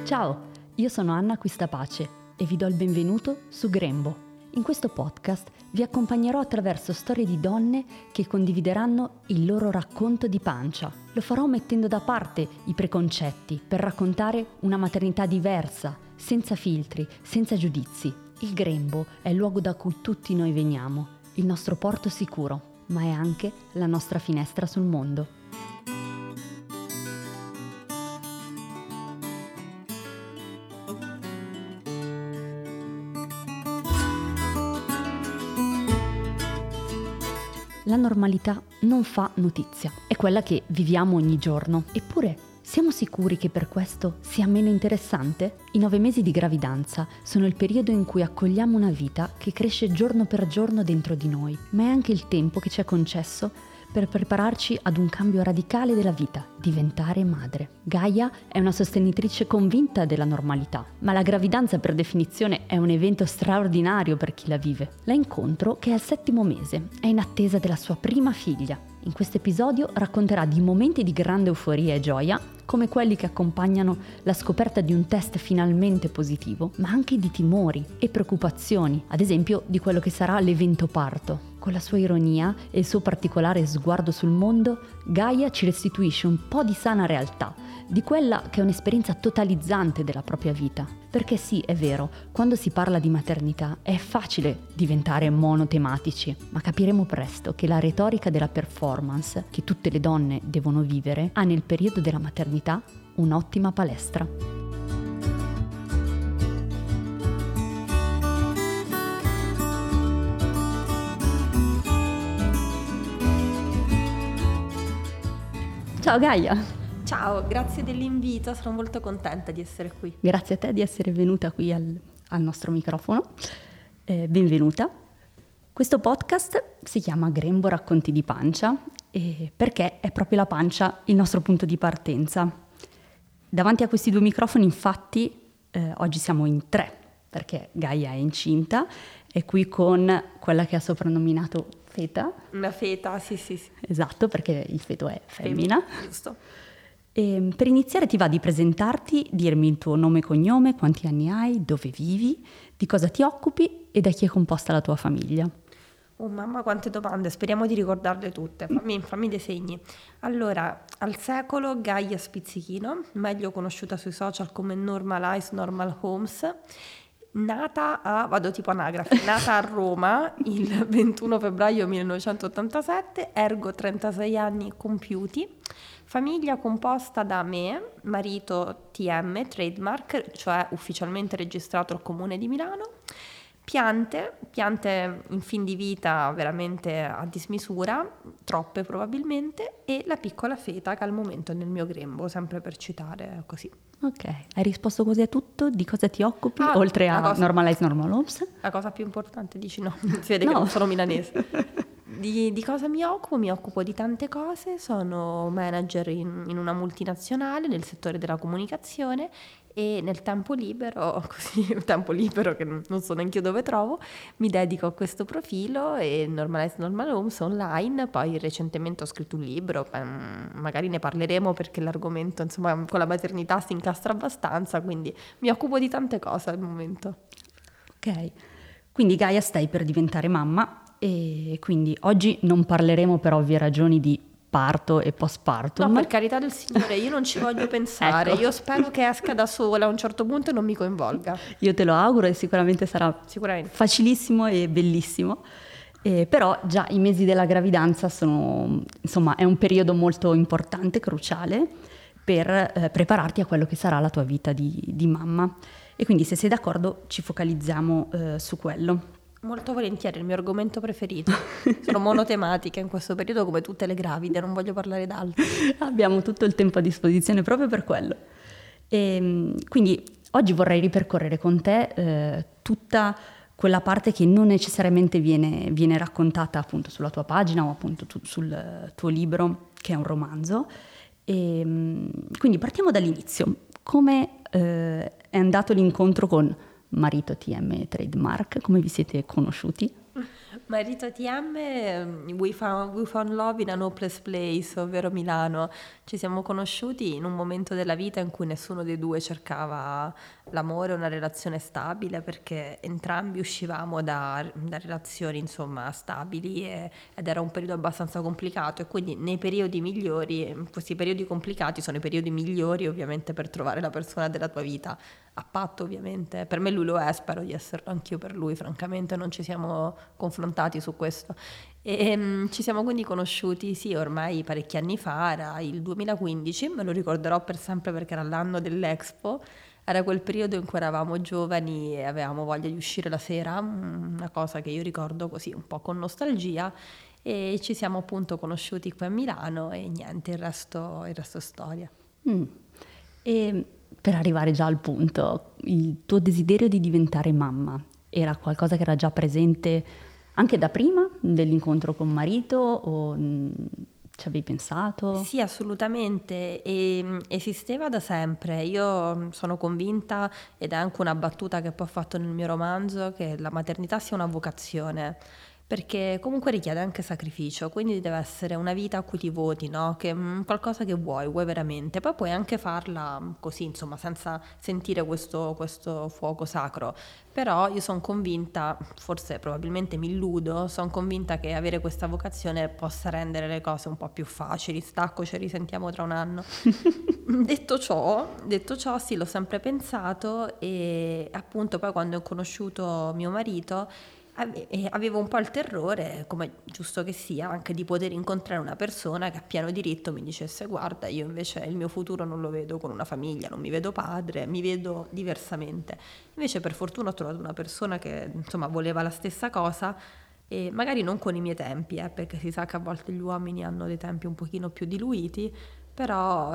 Ciao, io sono Anna Acquistapace e vi do il benvenuto su Grembo. In questo podcast vi accompagnerò attraverso storie di donne che condivideranno il loro racconto di pancia. Lo farò mettendo da parte i preconcetti per raccontare una maternità diversa, senza filtri, senza giudizi. Il Grembo è il luogo da cui tutti noi veniamo, il nostro porto sicuro, ma è anche la nostra finestra sul mondo. La normalità non fa notizia, è quella che viviamo ogni giorno. Eppure, siamo sicuri che per questo sia meno interessante? I 9 mesi di gravidanza sono il periodo in cui accogliamo una vita che cresce giorno per giorno dentro di noi, ma è anche il tempo che ci è concesso per prepararci ad un cambio radicale della vita, diventare madre. Gaia è una sostenitrice convinta della normalità, ma la gravidanza per definizione è un evento straordinario per chi la vive. La incontro che è al 7° mese, è in attesa della sua prima figlia. In questo episodio racconterà di momenti di grande euforia e gioia, come quelli che accompagnano la scoperta di un test finalmente positivo, ma anche di timori e preoccupazioni, ad esempio di quello che sarà l'evento parto. Con la sua ironia e il suo particolare sguardo sul mondo, Gaia ci restituisce un po' di sana realtà, di quella che è un'esperienza totalizzante della propria vita. Perché sì, è vero, quando si parla di maternità è facile diventare monotematici, ma capiremo presto che la retorica della performance, che tutte le donne devono vivere, ha nel periodo della maternità un'ottima palestra. Ciao Gaia! Ciao, grazie dell'invito, sono molto contenta di essere qui. Grazie a te di essere venuta qui al nostro microfono. Benvenuta. Questo podcast si chiama Grembo Racconti di Pancia perché è proprio la pancia il nostro punto di partenza. Davanti a questi 2 microfoni, infatti, oggi siamo in 3, perché Gaia è incinta, è qui con quella che ha soprannominato Feta. Una feta, sì. Esatto, perché il feto è femmina. Giusto. E per iniziare ti va di presentarti, dirmi il tuo nome e cognome, quanti anni hai, dove vivi, di cosa ti occupi e da chi è composta la tua famiglia. Oh mamma, quante domande, speriamo di ricordarle tutte, fammi dei segni. Allora, al secolo Gaia Spizzichino, meglio conosciuta sui social come Normalize Normal Homes, nata a Roma il 21 febbraio 1987, ergo 36 anni compiuti, famiglia composta da me, marito TM, trademark, cioè ufficialmente registrato al Comune di Milano, piante in fin di vita veramente a dismisura, troppe probabilmente, e la piccola Feta che al momento è nel mio grembo, sempre per citare così. Ok, hai risposto quasi a tutto? Di cosa ti occupi, oltre a Normalize Normal Homes? La cosa più importante, dici no, si vede che non sono milanese. Di cosa mi occupo? Mi occupo di tante cose, sono manager in una multinazionale nel settore della comunicazione e nel tempo libero, così un tempo libero che non so neanche io dove trovo, mi dedico a questo profilo e Normalize Normal Homes online. Poi recentemente ho scritto un libro, magari ne parleremo perché l'argomento insomma con la maternità si incastra abbastanza, quindi mi occupo di tante cose al momento. Ok, quindi Gaia stai per diventare mamma e quindi oggi non parleremo per ovvie ragioni di parto e postpartum. No, per carità del Signore, io non ci voglio pensare, Ecco. Io spero che esca da sola a un certo punto e non mi coinvolga. Io te lo auguro e sicuramente sarà facilissimo e bellissimo, però già i mesi della gravidanza sono, insomma, è un periodo molto importante, cruciale per prepararti a quello che sarà la tua vita di mamma e quindi se sei d'accordo ci focalizziamo su quello. Molto volentieri, il mio argomento preferito. Sono monotematica in questo periodo come tutte le gravide, non voglio parlare d'altro. Abbiamo tutto il tempo a disposizione proprio per quello. Quindi oggi vorrei ripercorrere con te tutta quella parte che non necessariamente viene raccontata appunto sulla tua pagina o appunto sul tuo libro, che è un romanzo. Quindi partiamo dall'inizio. Come è andato l'incontro con marito TM Trademark? Come vi siete conosciuti? Ma il rito ATM, we found love in an hopeless place, ovvero Milano. Ci siamo conosciuti in un momento della vita in cui nessuno dei due cercava l'amore o una relazione stabile, perché entrambi uscivamo da relazioni, insomma, stabili ed era un periodo abbastanza complicato, e quindi nei periodi migliori, questi periodi complicati sono i periodi migliori ovviamente per trovare la persona della tua vita. A patto ovviamente, per me lui lo è, spero di esserlo anch'io per lui, francamente non ci siamo confrontati su questo. Ci siamo quindi conosciuti, sì, ormai parecchi anni fa, era il 2015, me lo ricorderò per sempre perché era l'anno dell'Expo, era quel periodo in cui eravamo giovani e avevamo voglia di uscire la sera, una cosa che io ricordo così un po' con nostalgia, e ci siamo appunto conosciuti qui a Milano e niente, il resto è storia. E per arrivare già al punto, il tuo desiderio di diventare mamma era qualcosa che era già presente anche da prima dell'incontro con marito o ci avevi pensato? Sì, assolutamente, esisteva da sempre. Io sono convinta, ed è anche una battuta che poi ho fatto nel mio romanzo, che la maternità sia una vocazione, perché comunque richiede anche sacrificio, quindi deve essere una vita a cui ti voti, no? Che qualcosa che vuoi veramente. Poi puoi anche farla così, insomma, senza sentire questo fuoco sacro. Però io sono convinta, forse probabilmente mi illudo, sono convinta che avere questa vocazione possa rendere le cose un po' più facili. Stacco, ci risentiamo tra un anno. Detto ciò, sì, l'ho sempre pensato, e appunto poi quando ho conosciuto mio marito avevo un po' il terrore, come giusto che sia, anche di poter incontrare una persona che a pieno diritto mi dicesse: guarda, io invece il mio futuro non lo vedo con una famiglia, non mi vedo padre, mi vedo diversamente. Invece per fortuna ho trovato una persona che insomma voleva la stessa cosa, e magari non con i miei tempi, perché si sa che a volte gli uomini hanno dei tempi un pochino più diluiti, però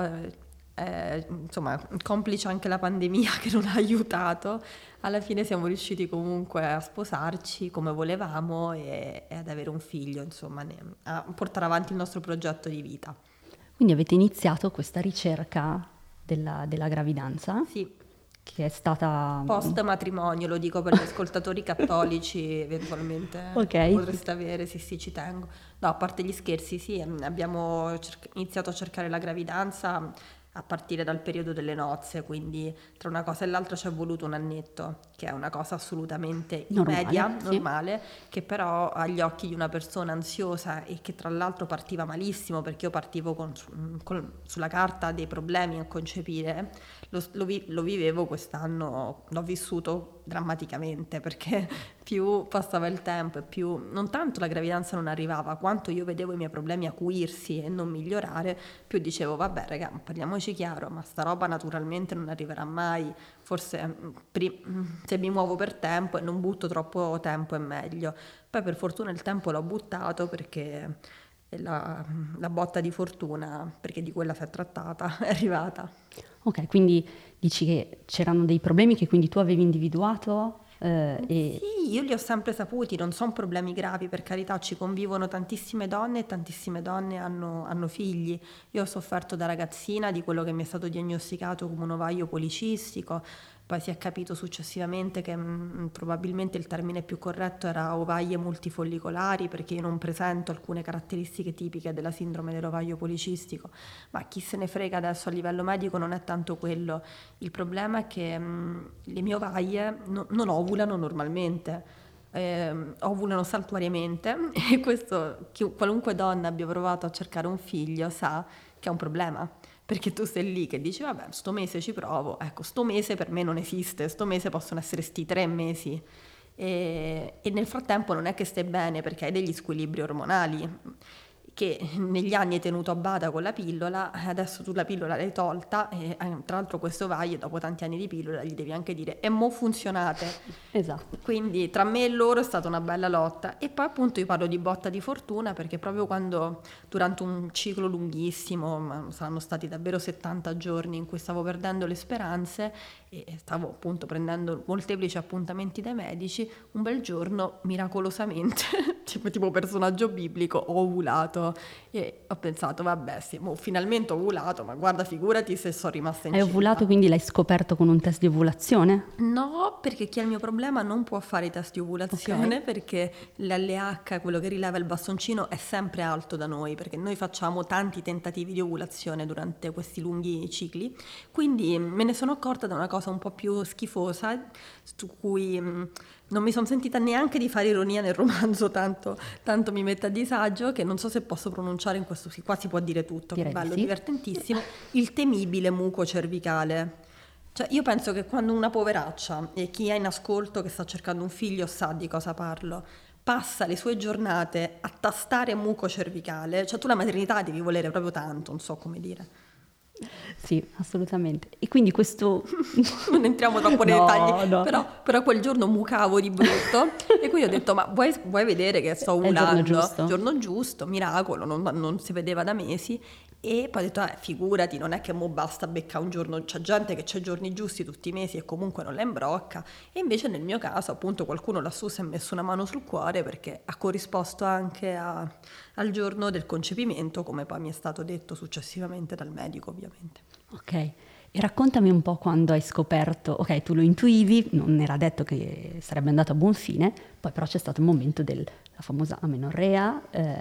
insomma, complice anche la pandemia che non ha aiutato, alla fine siamo riusciti comunque a sposarci come volevamo e ad avere un figlio, insomma, a portare avanti il nostro progetto di vita. Quindi avete iniziato questa ricerca della gravidanza? Sì. Che è stata... Post matrimonio, lo dico per gli ascoltatori cattolici, eventualmente potreste avere, sì, ci tengo. No, a parte gli scherzi, sì, abbiamo iniziato a cercare la gravidanza a partire dal periodo delle nozze, quindi tra una cosa e l'altra ci è voluto un annetto, che è una cosa assolutamente media, normale, che però agli occhi di una persona ansiosa e che tra l'altro partiva malissimo, perché io partivo sulla carta dei problemi a concepire, lo vivevo quest'anno, l'ho vissuto drammaticamente, perché più passava il tempo e più, non tanto la gravidanza non arrivava, quanto io vedevo i miei problemi acuirsi e non migliorare, più dicevo: vabbè raga, parliamoci chiaro, ma sta roba naturalmente non arriverà mai, forse se mi muovo per tempo e non butto troppo tempo è meglio. Poi per fortuna il tempo l'ho buttato, perché la botta di fortuna, perché di quella si è trattata, è arrivata. Ok, quindi dici che c'erano dei problemi che quindi tu avevi individuato? Sì, io li ho sempre saputi, non sono problemi gravi, per carità, ci convivono tantissime donne e tantissime donne hanno figli. Io ho sofferto da ragazzina di quello che mi è stato diagnosticato come un ovaio policistico, poi si è capito successivamente che probabilmente il termine più corretto era ovaie multifollicolari, perché io non presento alcune caratteristiche tipiche della sindrome dell'ovaio policistico, ma chi se ne frega, adesso a livello medico non è tanto quello. Il problema è che le mie ovaie non ovulano normalmente, ovulano saltuariamente, e questo qualunque donna abbia provato a cercare un figlio sa che è un problema. Perché tu sei lì che dici: vabbè, sto mese ci provo, ecco, sto mese per me non esiste, sto mese possono essere sti 3 mesi, e nel frattempo non è che stai bene, perché hai degli squilibri ormonali che negli anni hai tenuto a bada con la pillola, adesso tu la pillola l'hai tolta, e tra l'altro questo vai, e dopo tanti anni di pillola gli devi anche dire: e mo funzionate. Esatto. Quindi tra me e loro è stata una bella lotta. E poi appunto io parlo di botta di fortuna, perché proprio quando, durante un ciclo lunghissimo, ma saranno stati davvero 70 giorni in cui stavo perdendo le speranze e stavo appunto prendendo molteplici appuntamenti dai medici, un bel giorno miracolosamente tipo personaggio biblico, ho ovulato e ho pensato vabbè sì, finalmente ho ovulato, ma guarda figurati se sono rimasta incinta. Hai ovulato, quindi l'hai scoperto con un test di ovulazione? No, perché chi ha il mio problema non può fare i test di ovulazione, perché l'LH, quello che rileva il bastoncino, è sempre alto da noi, perché noi facciamo tanti tentativi di ovulazione durante questi lunghi cicli, quindi me ne sono accorta da una cosa un po' più schifosa, su cui non mi sono sentita neanche di fare ironia nel romanzo, tanto mi mette a disagio, che non so se posso pronunciare in questo, qua si può dire tutto, Direi che bello, sì. divertentissimo, il temibile muco cervicale. Cioè io penso che quando una poveraccia, e chi è in ascolto che sta cercando un figlio sa di cosa parlo, passa le sue giornate a tastare muco cervicale, cioè tu la maternità devi volere proprio tanto, non so come dire. Sì, assolutamente. E quindi questo... Non entriamo troppo nei No, dettagli, no. Però quel giorno mucavo di brutto e quindi ho detto ma vuoi vedere che sto È il giorno ovulando? giusto. Giorno giusto, miracolo, non si vedeva da mesi. E poi ho detto, figurati, non è che mo basta beccare un giorno, c'è gente che c'è giorni giusti tutti i mesi e comunque non la imbrocca. E invece nel mio caso appunto qualcuno lassù si è messo una mano sul cuore perché ha corrisposto anche al giorno del concepimento, come poi mi è stato detto successivamente dal medico ovviamente. Ok, e raccontami un po' quando hai scoperto, ok, tu lo intuivi, non era detto che sarebbe andato a buon fine, poi però c'è stato il momento della famosa amenorrea.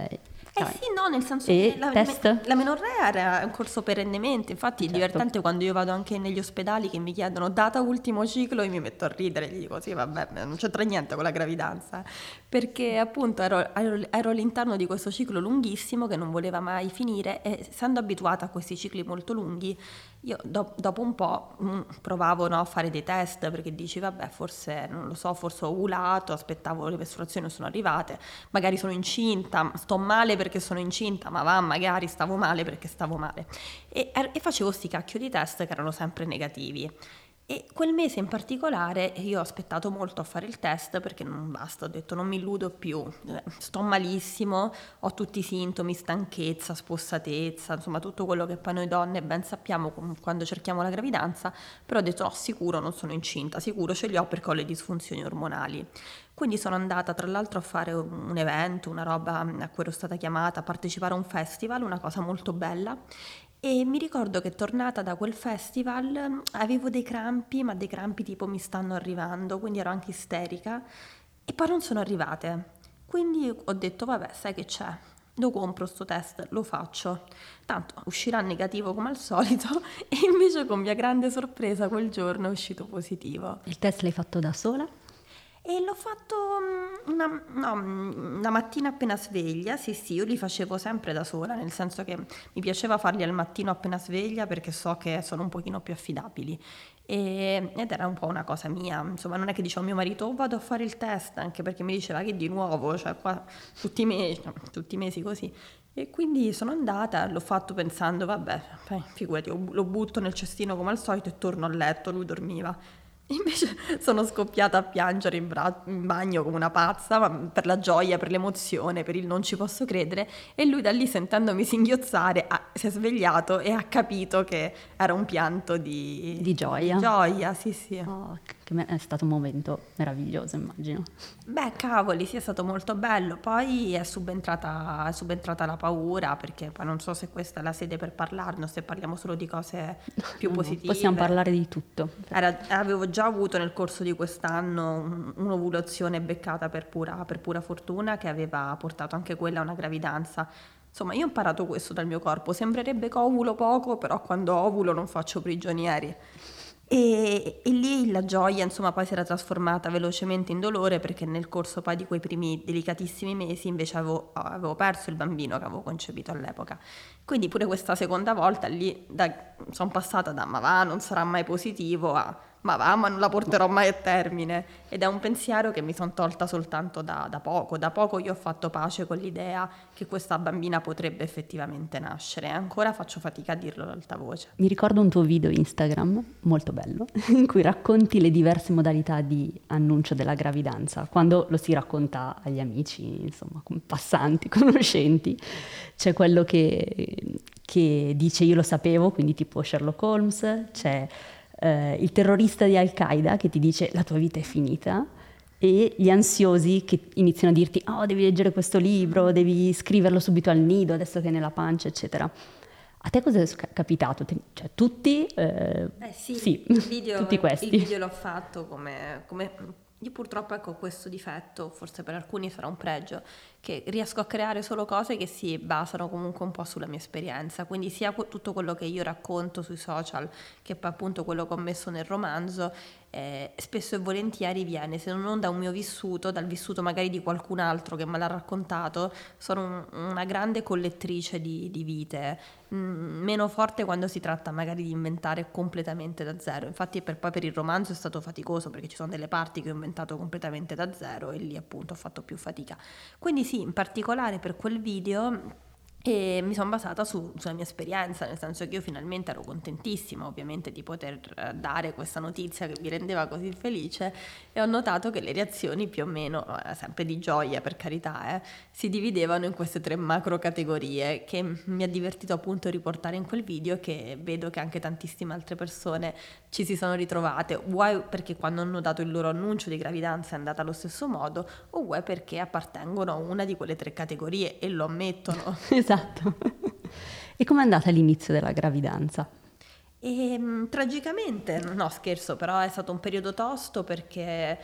Sì, no, nel senso e che test? l'amenorrea era in corso perennemente, infatti Certo. è divertente quando io vado anche negli ospedali che mi chiedono data ultimo ciclo e mi metto a ridere, gli dico sì vabbè, non c'entra niente con la gravidanza, perché appunto ero all'interno di questo ciclo lunghissimo che non voleva mai finire e essendo abituata a questi cicli molto lunghi, io dopo un po' provavo a fare dei test perché dici vabbè forse non lo so, forse ho ovulato, aspettavo le mestruazioni, non sono arrivate, magari sono incinta, sto male perché sono incinta, ma magari stavo male perché stavo male e facevo sti cacchio di test che erano sempre negativi. E quel mese in particolare io ho aspettato molto a fare il test perché non basta, ho detto non mi illudo più, sto malissimo, ho tutti i sintomi, stanchezza, spossatezza, insomma tutto quello che poi noi donne ben sappiamo quando cerchiamo la gravidanza, però ho detto no, sicuro non sono incinta, sicuro ce li ho perché ho le disfunzioni ormonali. Quindi sono andata tra l'altro a fare un evento, una roba a cui ero stata chiamata, a partecipare a un festival, una cosa molto bella. E mi ricordo che tornata da quel festival avevo dei crampi, ma dei crampi tipo mi stanno arrivando, quindi ero anche isterica e poi non sono arrivate. Quindi ho detto vabbè, sai che c'è, lo compro sto test, lo faccio. Tanto uscirà negativo come al solito e invece con mia grande sorpresa quel giorno è uscito positivo. Il test l'hai fatto da sola? E l'ho fatto una mattina appena sveglia, sì, io li facevo sempre da sola, nel senso che mi piaceva farli al mattino appena sveglia perché so che sono un pochino più affidabili ed era un po' una cosa mia, insomma non è che dicevo a mio marito vado a fare il test, anche perché mi diceva che di nuovo, cioè qua tutti i mesi così. E quindi sono andata, l'ho fatto pensando vabbè, figurati, lo butto nel cestino come al solito e torno a letto, lui dormiva. Invece sono scoppiata a piangere in bagno come una pazza, ma per la gioia, per l'emozione, per il non ci posso credere. E lui da lì, sentendomi singhiozzare, si è svegliato e ha capito che era un pianto di gioia. Di gioia, sì. Oh, che è stato un momento meraviglioso, immagino. Beh, cavoli, sì, è stato molto bello. Poi è subentrata la paura, perché poi non so se questa è la sede per parlarne o se parliamo solo di cose più positive. Possiamo parlare di tutto. Avevo già avuto nel corso di quest'anno un'ovulazione beccata per pura fortuna che aveva portato anche quella a una gravidanza. Insomma, io ho imparato questo dal mio corpo. Sembrerebbe che ovulo poco, però quando ovulo non faccio prigionieri. E lì la gioia, insomma, poi si era trasformata velocemente in dolore perché nel corso poi di quei primi delicatissimi mesi invece avevo perso il bambino che avevo concepito all'epoca. Quindi pure questa seconda volta lì sono passata da ma va, non sarà mai positivo a ma va, ma non la porterò mai a termine. Ed è un pensiero che mi sono tolta soltanto da poco. Da poco io ho fatto pace con l'idea che questa bambina potrebbe effettivamente nascere. Ancora faccio fatica a dirlo ad alta voce. Mi ricordo un tuo video Instagram, molto bello, in cui racconti le diverse modalità di annuncio della gravidanza. Quando lo si racconta agli amici, insomma, passanti, conoscenti, c'è quello che dice io lo sapevo, quindi tipo Sherlock Holmes, c'è il terrorista di Al-Qaeda che ti dice la tua vita è finita e gli ansiosi che iniziano a dirti oh, devi leggere questo libro, devi scriverlo subito al nido adesso che è nella pancia, eccetera. A te cosa è capitato? Cioè tutti? Sì, tutti questi. Il video l'ho fatto come... Io purtroppo ecco questo difetto, forse per alcuni sarà un pregio, che riesco a creare solo cose che si basano comunque un po' sulla mia esperienza, quindi sia tutto quello che io racconto sui social che poi appunto quello che ho messo nel romanzo, spesso e volentieri viene, se non da un mio vissuto, dal vissuto magari di qualcun altro che me l'ha raccontato. Sono una grande collettrice di vite, meno forte quando si tratta magari di inventare completamente da zero. Infatti poi per il romanzo è stato faticoso perché ci sono delle parti che ho inventato completamente da zero e lì appunto ho fatto più fatica. Quindi sì, in particolare per quel video mi sono basata sulla mia esperienza, nel senso che io finalmente ero contentissima ovviamente di poter dare questa notizia che mi rendeva così felice, e ho notato che le reazioni più o meno, sempre di gioia per carità, si dividevano in queste 3 macro categorie che mi ha divertito appunto riportare in quel video, che vedo che anche tantissime altre persone ci si sono ritrovate, vuoi perché quando hanno dato il loro annuncio di gravidanza è andata allo stesso modo, o vuoi perché appartengono a una di quelle 3 categorie e lo ammettono. Esatto. E com'è andata l'inizio della gravidanza? Tragicamente, no scherzo, però è stato un periodo tosto perché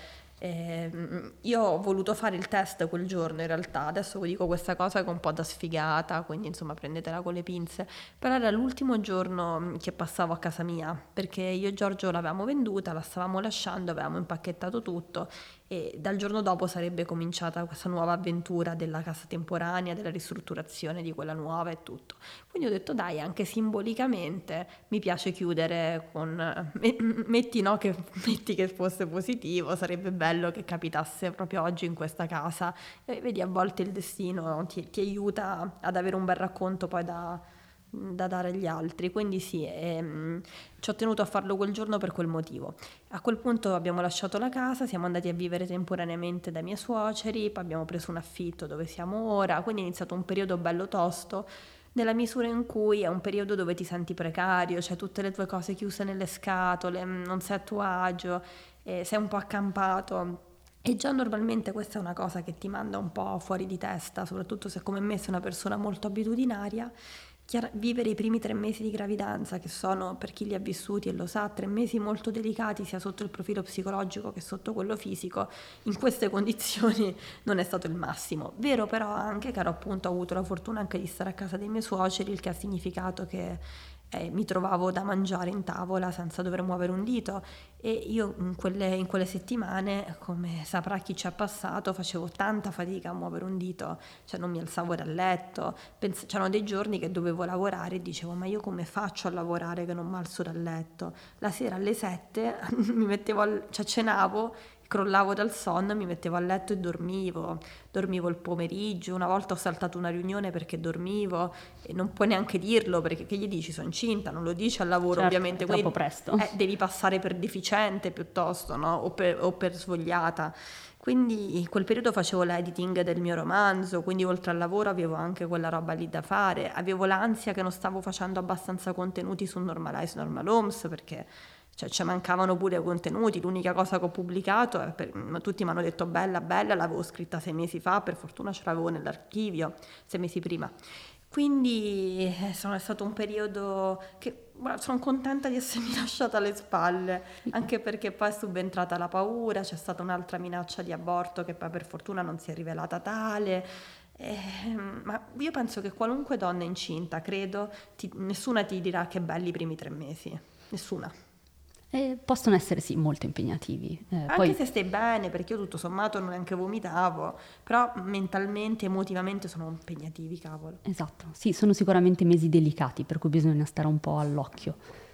io ho voluto fare il test quel giorno in realtà, adesso vi dico questa cosa che è un po' da sfigata, quindi insomma prendetela con le pinze, però era l'ultimo giorno che passavo a casa mia, perché io e Giorgio l'avevamo venduta, la stavamo lasciando, avevamo impacchettato tutto e dal giorno dopo sarebbe cominciata questa nuova avventura della casa temporanea, della ristrutturazione di quella nuova e tutto. Quindi ho detto dai, anche simbolicamente mi piace chiudere con metti che fosse positivo, sarebbe bello che capitasse proprio oggi in questa casa. E vedi, a volte il destino ti aiuta ad avere un bel racconto poi da dare agli altri, quindi sì, ci ho tenuto a farlo quel giorno per quel motivo. A quel punto abbiamo lasciato la casa, siamo andati a vivere temporaneamente dai miei suoceri, poi abbiamo preso un affitto dove siamo ora, quindi è iniziato un periodo bello tosto, nella misura in cui è un periodo dove ti senti precario, cioè tutte le tue cose chiuse nelle scatole, non sei a tuo agio, sei un po' accampato. E già normalmente questa è una cosa che ti manda un po' fuori di testa, soprattutto se come me sei una persona molto abitudinaria. Vivere i primi 3 mesi di gravidanza, che sono, per chi li ha vissuti e lo sa, 3 mesi molto delicati sia sotto il profilo psicologico che sotto quello fisico, in queste condizioni non è stato il massimo. Vero però anche che ero appunto avuto la fortuna anche di stare a casa dei miei suoceri, il che ha significato che mi trovavo da mangiare in tavola senza dover muovere un dito, e io in quelle settimane, come saprà chi ci ha passato, facevo tanta fatica a muovere un dito, cioè non mi alzavo dal letto, c'erano dei giorni che dovevo lavorare e dicevo ma io come faccio a lavorare che non mi alzo dal letto? La sera alle 7 mi mettevo cioè cenavo, crollavo dal sonno, mi mettevo a letto e dormivo il pomeriggio. Una volta ho saltato una riunione perché dormivo, e non puoi neanche dirlo perché che gli dici sono incinta, non lo dici al lavoro, certo, ovviamente, è troppo presto. Devi passare per deficiente piuttosto, no? o per svogliata. Quindi in quel periodo facevo l'editing del mio romanzo, quindi oltre al lavoro avevo anche quella roba lì da fare, avevo l'ansia che non stavo facendo abbastanza contenuti su Normalize Normal Homes perché ci mancavano pure contenuti. L'unica cosa che ho pubblicato tutti mi hanno detto bella, l'avevo scritta 6 mesi fa, per fortuna ce l'avevo nell'archivio 6 mesi prima. Quindi è stato un periodo che sono contenta di essermi lasciata alle spalle, anche perché poi è subentrata la paura, c'è stata un'altra minaccia di aborto che poi per fortuna non si è rivelata tale. Ma io penso che qualunque donna incinta, credo, nessuna ti dirà che belli i primi 3 mesi, nessuna. Possono essere sì molto impegnativi. Anche poi... se stai bene, perché io tutto sommato non neanche vomitavo, però mentalmente, emotivamente sono impegnativi, cavolo. Esatto, sì, sono sicuramente mesi delicati per cui bisogna stare un po' all'occhio.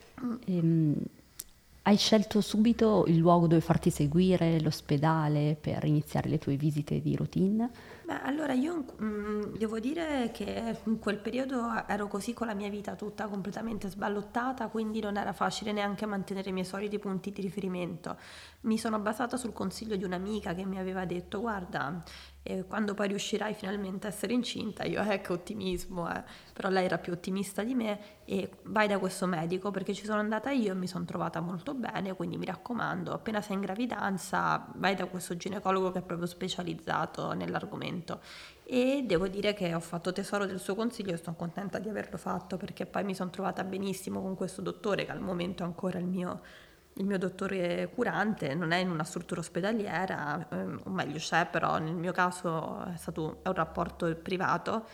Hai scelto subito il luogo dove farti seguire, l'ospedale, per iniziare le tue visite di routine? Beh, allora io devo dire che in quel periodo ero così con la mia vita tutta completamente sballottata, quindi non era facile neanche mantenere i miei soliti punti di riferimento. Mi sono basata sul consiglio di un'amica che mi aveva detto guarda, e quando poi riuscirai finalmente a essere incinta, io che ottimismo, però lei era più ottimista di me, e vai da questo medico perché ci sono andata io e mi sono trovata molto bene, quindi mi raccomando, appena sei in gravidanza vai da questo ginecologo che è proprio specializzato nell'argomento. E devo dire che ho fatto tesoro del suo consiglio e sono contenta di averlo fatto, perché poi mi sono trovata benissimo con questo dottore che al momento è ancora il mio dottore curante, non è in una struttura ospedaliera, o meglio c'è, però nel mio caso è un rapporto privato,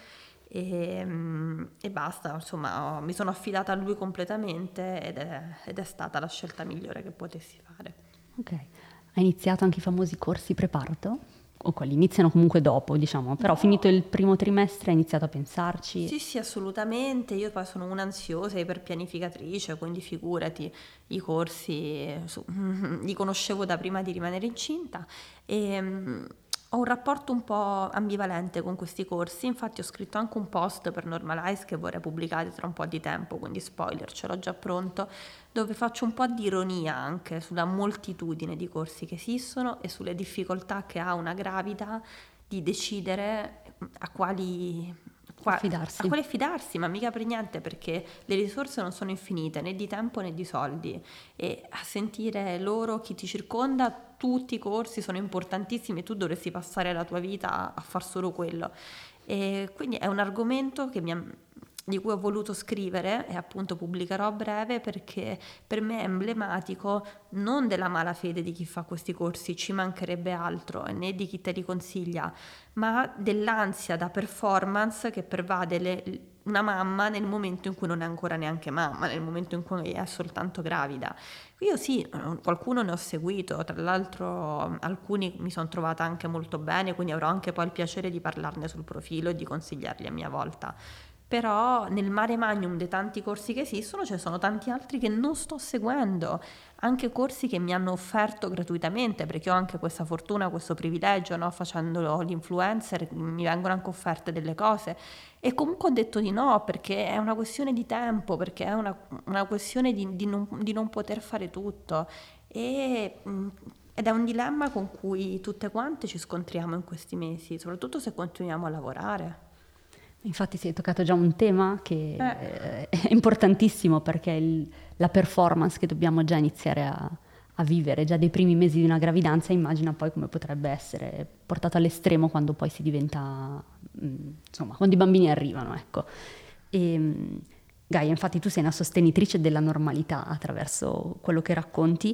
e basta, insomma, mi sono affidata a lui completamente ed è stata la scelta migliore che potessi fare. Ok, hai iniziato anche i famosi corsi preparto? O quelli iniziano comunque dopo, diciamo, però finito il primo trimestre hai iniziato a pensarci? Sì, sì, assolutamente. Io poi sono un'ansiosa iperpianificatrice, quindi figurati, i corsi li conoscevo da prima di rimanere incinta, e ho un rapporto un po' ambivalente con questi corsi. Infatti ho scritto anche un post per Normalize che vorrei pubblicare tra un po' di tempo, quindi spoiler, ce l'ho già pronto, dove faccio un po' di ironia anche sulla moltitudine di corsi che esistono e sulle difficoltà che ha una gravida di decidere a quali fidarsi, ma mica per niente, perché le risorse non sono infinite, né di tempo né di soldi, e a sentire loro, chi ti circonda, tutti i corsi sono importantissimi e tu dovresti passare la tua vita a far solo quello. E quindi è un argomento di cui ho voluto scrivere, e appunto pubblicherò a breve, perché per me è emblematico non della malafede di chi fa questi corsi, ci mancherebbe altro, né di chi te li consiglia, ma dell'ansia da performance che pervade una mamma nel momento in cui non è ancora neanche mamma, nel momento in cui è soltanto gravida. Io sì, qualcuno ne ho seguito, tra l'altro alcuni mi sono trovata anche molto bene, quindi avrò anche poi il piacere di parlarne sul profilo e di consigliarli a mia volta. Però nel mare magnum dei tanti corsi che esistono ce ne sono tanti altri che non sto seguendo, anche corsi che mi hanno offerto gratuitamente, perché ho anche questa fortuna, questo privilegio, no? Facendo l'influencer mi vengono anche offerte delle cose, e comunque ho detto di no, perché è una questione di tempo, perché è una questione di non poter fare tutto, ed è un dilemma con cui tutte quante ci scontriamo in questi mesi, soprattutto se continuiamo a lavorare. Infatti si è toccato già un tema che è importantissimo, perché la performance che dobbiamo già iniziare a vivere già dei primi mesi di una gravidanza, immagina poi come potrebbe essere portato all'estremo quando poi si diventa, insomma, quando i bambini arrivano, ecco. E, Gaia, infatti tu sei una sostenitrice della normalità attraverso quello che racconti,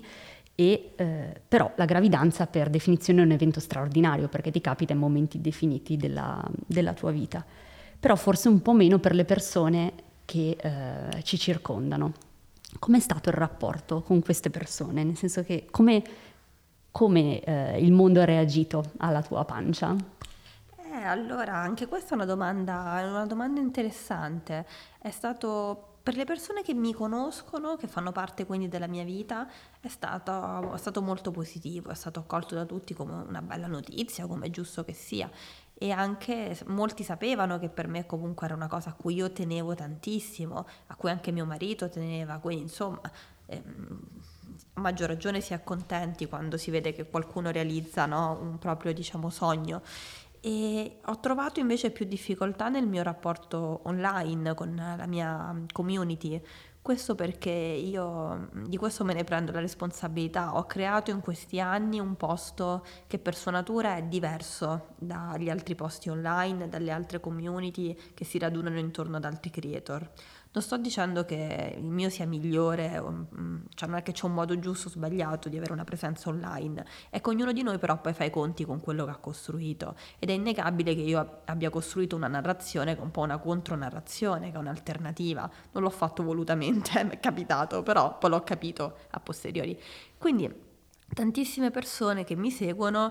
però la gravidanza per definizione è un evento straordinario, perché ti capita in momenti definiti della tua vita, però forse un po' meno per le persone che ci circondano. Com'è stato il rapporto con queste persone? Nel senso che come il mondo ha reagito alla tua pancia? Allora, anche questa è una domanda interessante. È stato, per le persone che mi conoscono, che fanno parte quindi della mia vita, è stato molto positivo, è stato accolto da tutti come una bella notizia, come è giusto che sia. E anche molti sapevano che per me comunque era una cosa a cui io tenevo tantissimo, a cui anche mio marito teneva, quindi insomma, a maggior ragione si è contenti quando si vede che qualcuno realizza, no, un proprio, diciamo, sogno. E ho trovato invece più difficoltà nel mio rapporto online con la mia community. Questo perché io di questo me ne prendo la responsabilità. Ho creato in questi anni un posto che per sua natura è diverso dagli altri posti online, dalle altre community che si radunano intorno ad altri creator. Non sto dicendo che il mio sia migliore, cioè non è che c'è un modo giusto o sbagliato di avere una presenza online, è che ognuno di noi però poi fa i conti con quello che ha costruito, ed è innegabile che io abbia costruito una narrazione che è un po' una contronarrazione, che è un'alternativa. Non l'ho fatto volutamente, mi è capitato, però poi l'ho capito a posteriori. Quindi tantissime persone che mi seguono,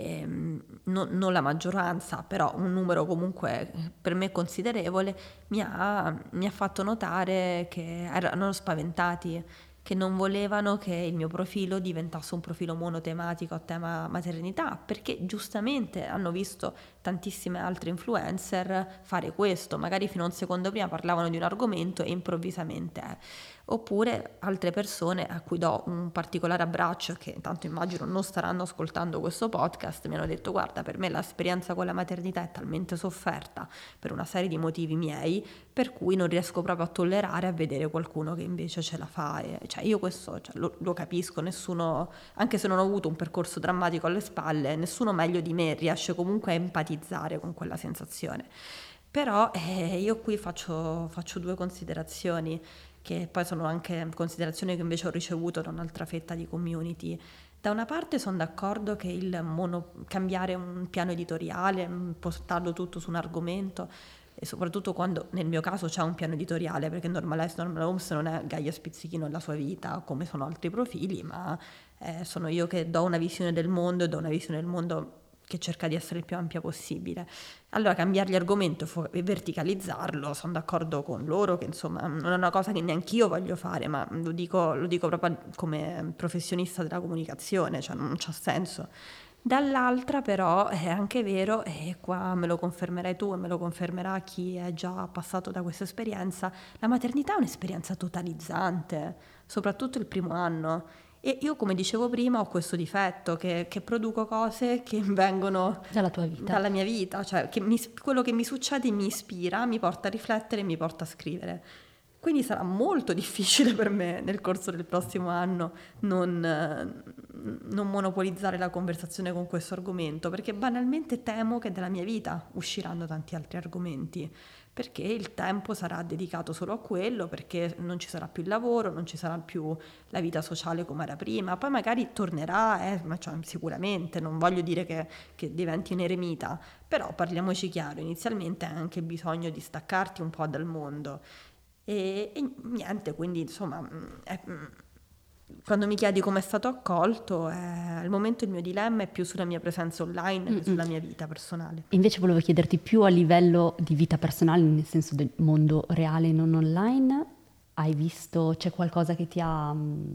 non la maggioranza, però un numero comunque per me considerevole, mi ha fatto notare che erano spaventati, che non volevano che il mio profilo diventasse un profilo monotematico a tema maternità, perché giustamente hanno visto tantissime altre influencer fare questo, magari fino a un secondo prima parlavano di un argomento e improvvisamente oppure altre persone a cui do un particolare abbraccio, che tanto immagino non staranno ascoltando questo podcast, mi hanno detto: guarda, per me l'esperienza con la maternità è talmente sofferta per una serie di motivi miei, per cui non riesco proprio a tollerare a vedere qualcuno che invece ce la fa. E, cioè, io questo lo capisco, nessuno, anche se non ho avuto un percorso drammatico alle spalle, nessuno meglio di me riesce comunque a empatizzare con quella sensazione. Però io qui faccio due considerazioni, che poi sono anche considerazioni che invece ho ricevuto da un'altra fetta di community. Da una parte sono d'accordo che cambiare un piano editoriale, portarlo tutto su un argomento, e soprattutto quando nel mio caso c'è un piano editoriale, perché Normalize Normal Homes non è Gaia Spizzichino e la sua vita come sono altri profili, ma sono io che do una visione del mondo e do una visione del mondo che cerca di essere il più ampia possibile. Allora cambiare l'argomento e verticalizzarlo, sono d'accordo con loro che insomma non è una cosa che neanch'io voglio fare, ma lo dico proprio come professionista della comunicazione, cioè non c'ha senso. Dall'altra però è anche vero, e qua me lo confermerai tu e me lo confermerà chi è già passato da questa esperienza, la maternità è un'esperienza totalizzante, soprattutto il primo anno. E io, come dicevo prima, ho questo difetto che produco cose che vengono dalla tua vita, dalla mia vita, cioè quello che mi succede mi ispira, mi porta a riflettere, mi porta a scrivere. Quindi sarà molto difficile per me nel corso del prossimo anno non monopolizzare la conversazione con questo argomento, perché banalmente temo che dalla mia vita usciranno tanti altri argomenti, perché il tempo sarà dedicato solo a quello, perché non ci sarà più il lavoro, non ci sarà più la vita sociale come era prima, poi magari tornerà, ma cioè, sicuramente, non voglio dire che diventi un eremita, però parliamoci chiaro, inizialmente hai anche bisogno di staccarti un po' dal mondo. E niente, quindi insomma, quando mi chiedi come è stato accolto, al momento il mio dilemma è più sulla mia presenza online che sulla mia vita personale. Invece volevo chiederti più a livello di vita personale, nel senso del mondo reale e non online. Hai visto, c'è qualcosa che ti ha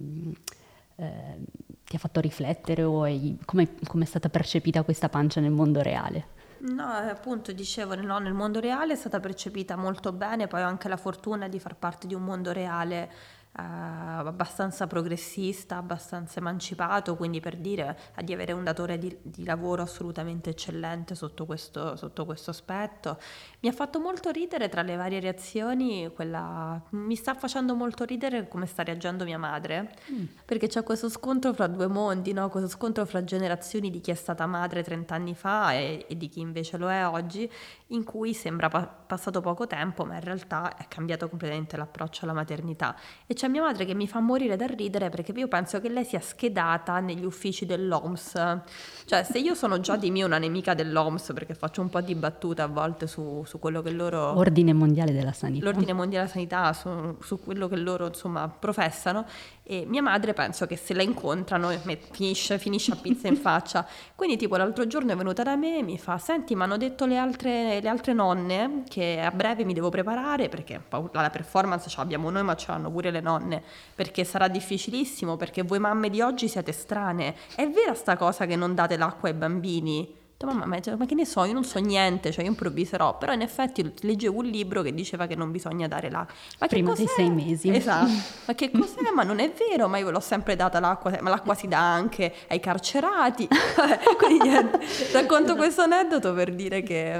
fatto riflettere o come è stata percepita questa pancia nel mondo reale? No, appunto dicevo, no, nel mondo reale è stata percepita molto bene, poi ho anche la fortuna di far parte di un mondo reale abbastanza progressista, abbastanza emancipato, quindi per dire di avere un datore di lavoro assolutamente eccellente sotto questo aspetto. Mi ha fatto molto ridere tra le varie reazioni, mi sta facendo molto ridere come sta reagendo mia madre, perché c'è questo scontro fra due mondi, no? Questo scontro fra generazioni di chi è stata madre 30 anni fa e di chi invece lo è oggi, in cui sembra passato poco tempo, ma in realtà è cambiato completamente l'approccio alla maternità. E c'è mia madre che mi fa morire da ridere, perché io penso che lei sia schedata negli uffici dell'OMS. Cioè, se io sono già di mio una nemica dell'OMS, perché faccio un po' di battute a volte su quello che loro... Ordine Mondiale della Sanità. L'Ordine Mondiale della Sanità, su quello che loro, insomma, professano. E mia madre penso che se la incontrano finisce a pizza in faccia. Quindi tipo l'altro giorno è venuta da me e mi fa: senti, mi hanno detto le altre nonne che a breve mi devo preparare, perché la performance ce l'abbiamo noi ma ce l'hanno pure le nonne, perché sarà difficilissimo, perché voi mamme di oggi siete strane. È vera sta cosa che non date l'acqua ai bambini? Mamma, ma che ne so, io non so niente, cioè io improvviserò. Però in effetti leggevo un libro che diceva che non bisogna dare l'acqua. Ma prima dei 6 mesi. Esatto. Ma che cos'è? Ma non è vero, ma io ve l'ho sempre data l'acqua, ma l'acqua si dà anche ai carcerati. Quindi racconto questo aneddoto per dire che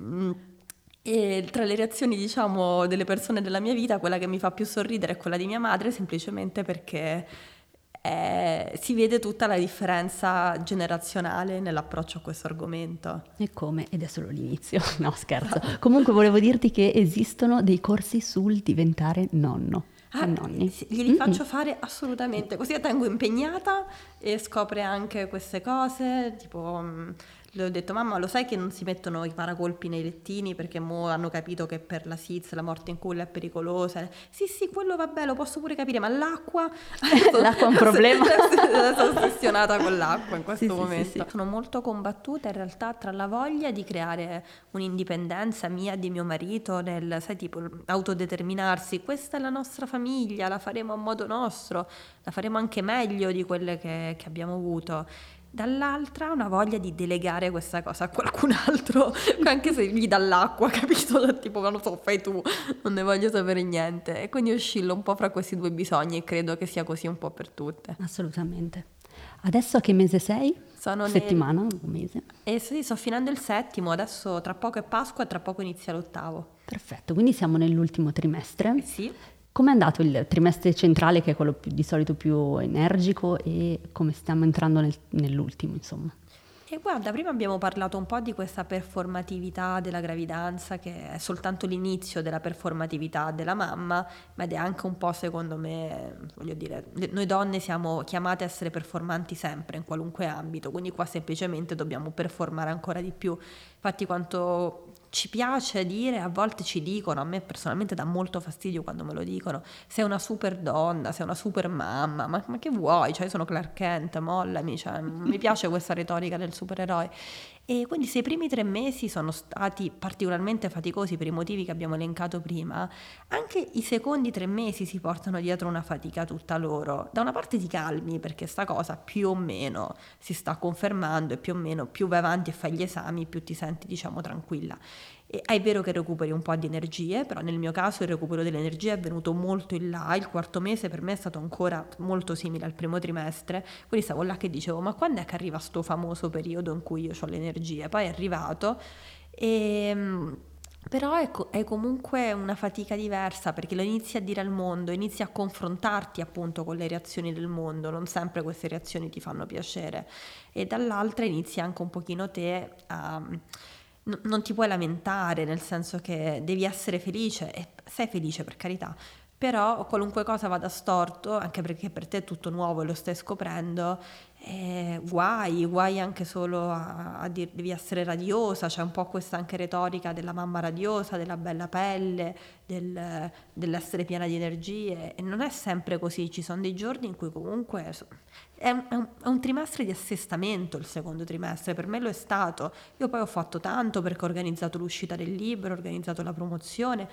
tra le reazioni, diciamo, delle persone della mia vita, quella che mi fa più sorridere è quella di mia madre, semplicemente perché si vede tutta la differenza generazionale nell'approccio a questo argomento. E come? Ed è solo l'inizio. No, scherzo. Comunque volevo dirti che esistono dei corsi sul diventare nonno. Nonni. Glieli faccio fare assolutamente, così la tengo impegnata e scopre anche queste cose, tipo Le ho detto: mamma, lo sai che non si mettono i paracolpi nei lettini perché mo hanno capito che per la SIDS la morte in culla è pericolosa? Sì, quello vabbè, lo posso pure capire, ma l'acqua... L'acqua è un problema. Sono ossessionata con l'acqua in questo momento. Sì. Sono molto combattuta in realtà tra la voglia di creare un'indipendenza mia e di mio marito nel, sai, tipo autodeterminarsi, questa è la nostra famiglia, la faremo a modo nostro, la faremo anche meglio di quelle che abbiamo avuto. Dall'altra una voglia di delegare questa cosa a qualcun altro, anche se gli dà l'acqua, capito? Tipo, non lo so, fai tu, non ne voglio sapere niente. E quindi oscillo un po' fra questi due bisogni e credo che sia così un po' per tutte. Assolutamente. Adesso a che mese sei? Sono settimana, un mese? Sì, sto finendo il 7º, adesso tra poco è Pasqua e tra poco inizia l'8º. Perfetto, quindi siamo nell'ultimo trimestre. Sì. Com'è andato il trimestre centrale, che è quello di solito più energico, e come stiamo entrando nell'ultimo, insomma? E guarda, prima abbiamo parlato un po' di questa performatività della gravidanza, che è soltanto l'inizio della performatività della mamma, ma ed è anche un po', secondo me, voglio dire, noi donne siamo chiamate a essere performanti sempre, in qualunque ambito, quindi qua semplicemente dobbiamo performare ancora di più. Infatti quanto ci piace dire, a volte ci dicono, a me personalmente dà molto fastidio quando me lo dicono, sei una super donna, sei una super mamma, ma che vuoi? Cioè, io sono Clark Kent, mollami, cioè, mi piace questa retorica del supereroe. E quindi se i primi 3 mesi sono stati particolarmente faticosi per i motivi che abbiamo elencato prima, anche i secondi 3 mesi si portano dietro una fatica tutta loro. Da una parte ti calmi, perché sta cosa più o meno si sta confermando e più o meno più vai avanti e fai gli esami più ti senti, diciamo, tranquilla. E è vero che recuperi un po' di energie, però nel mio caso il recupero delle energie è venuto molto in là. Il 4º mese per me è stato ancora molto simile al primo trimestre, quindi stavo là che dicevo: ma quando è che arriva sto famoso periodo in cui io ho le energie? Poi è arrivato però è comunque una fatica diversa, perché lo inizi a dire al mondo, inizi a confrontarti appunto con le reazioni del mondo, non sempre queste reazioni ti fanno piacere, e dall'altra inizi anche un pochino te a... non ti puoi lamentare, nel senso che devi essere felice, e sei felice, per carità, però qualunque cosa vada storto, anche perché per te è tutto nuovo e lo stai scoprendo, guai anche solo a dire devi essere radiosa. C'è un po' questa anche retorica della mamma radiosa, della bella pelle, dell'essere piena di energie, e non è sempre così. Ci sono dei giorni in cui comunque è un trimestre di assestamento, il secondo trimestre, per me lo è stato. Io poi ho fatto tanto, perché ho organizzato l'uscita del libro, ho organizzato la promozione,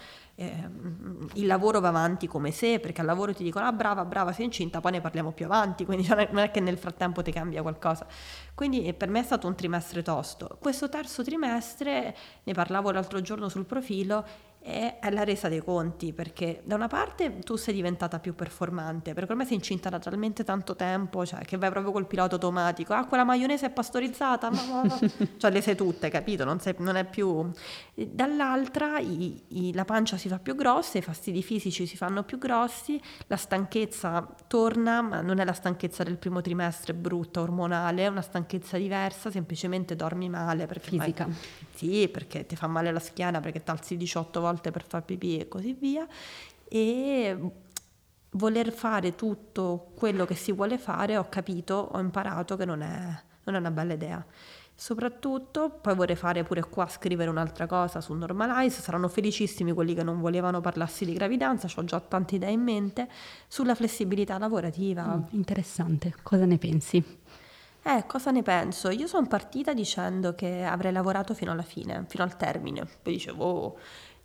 il lavoro va avanti come se, perché al lavoro ti dicono: ah, brava, sei incinta, poi ne parliamo più avanti, quindi non è che nel frattempo ti cambia qualcosa. Quindi per me è stato un trimestre tosto. Questo terzo trimestre, ne parlavo l'altro giorno sul profilo, è la resa dei conti, perché da una parte tu sei diventata più performante, perché ormai sei incinta da talmente tanto tempo, cioè che vai proprio col pilota automatico. Ah, quella maionese è pastorizzata, cioè le sai tutte, capito? Non è più... Dall'altra la pancia si fa più grossa, i fastidi fisici si fanno più grossi, la stanchezza torna, ma non è la stanchezza del primo trimestre brutta, ormonale, è una stanchezza diversa, semplicemente dormi male, perché fisica. Sì, perché ti fa male la schiena, perché t'alzi 18 volte per far pipì e così via, e voler fare tutto quello che si vuole fare, ho imparato che non è una bella idea. Soprattutto poi vorrei fare pure qua, scrivere un'altra cosa su Normalize. Saranno felicissimi quelli che non volevano parlarsi di gravidanza, ho già tante idee in mente sulla flessibilità lavorativa. Interessante, cosa ne pensi? Cosa ne penso? Io sono partita dicendo che avrei lavorato fino alla fine, fino al termine. Poi dicevo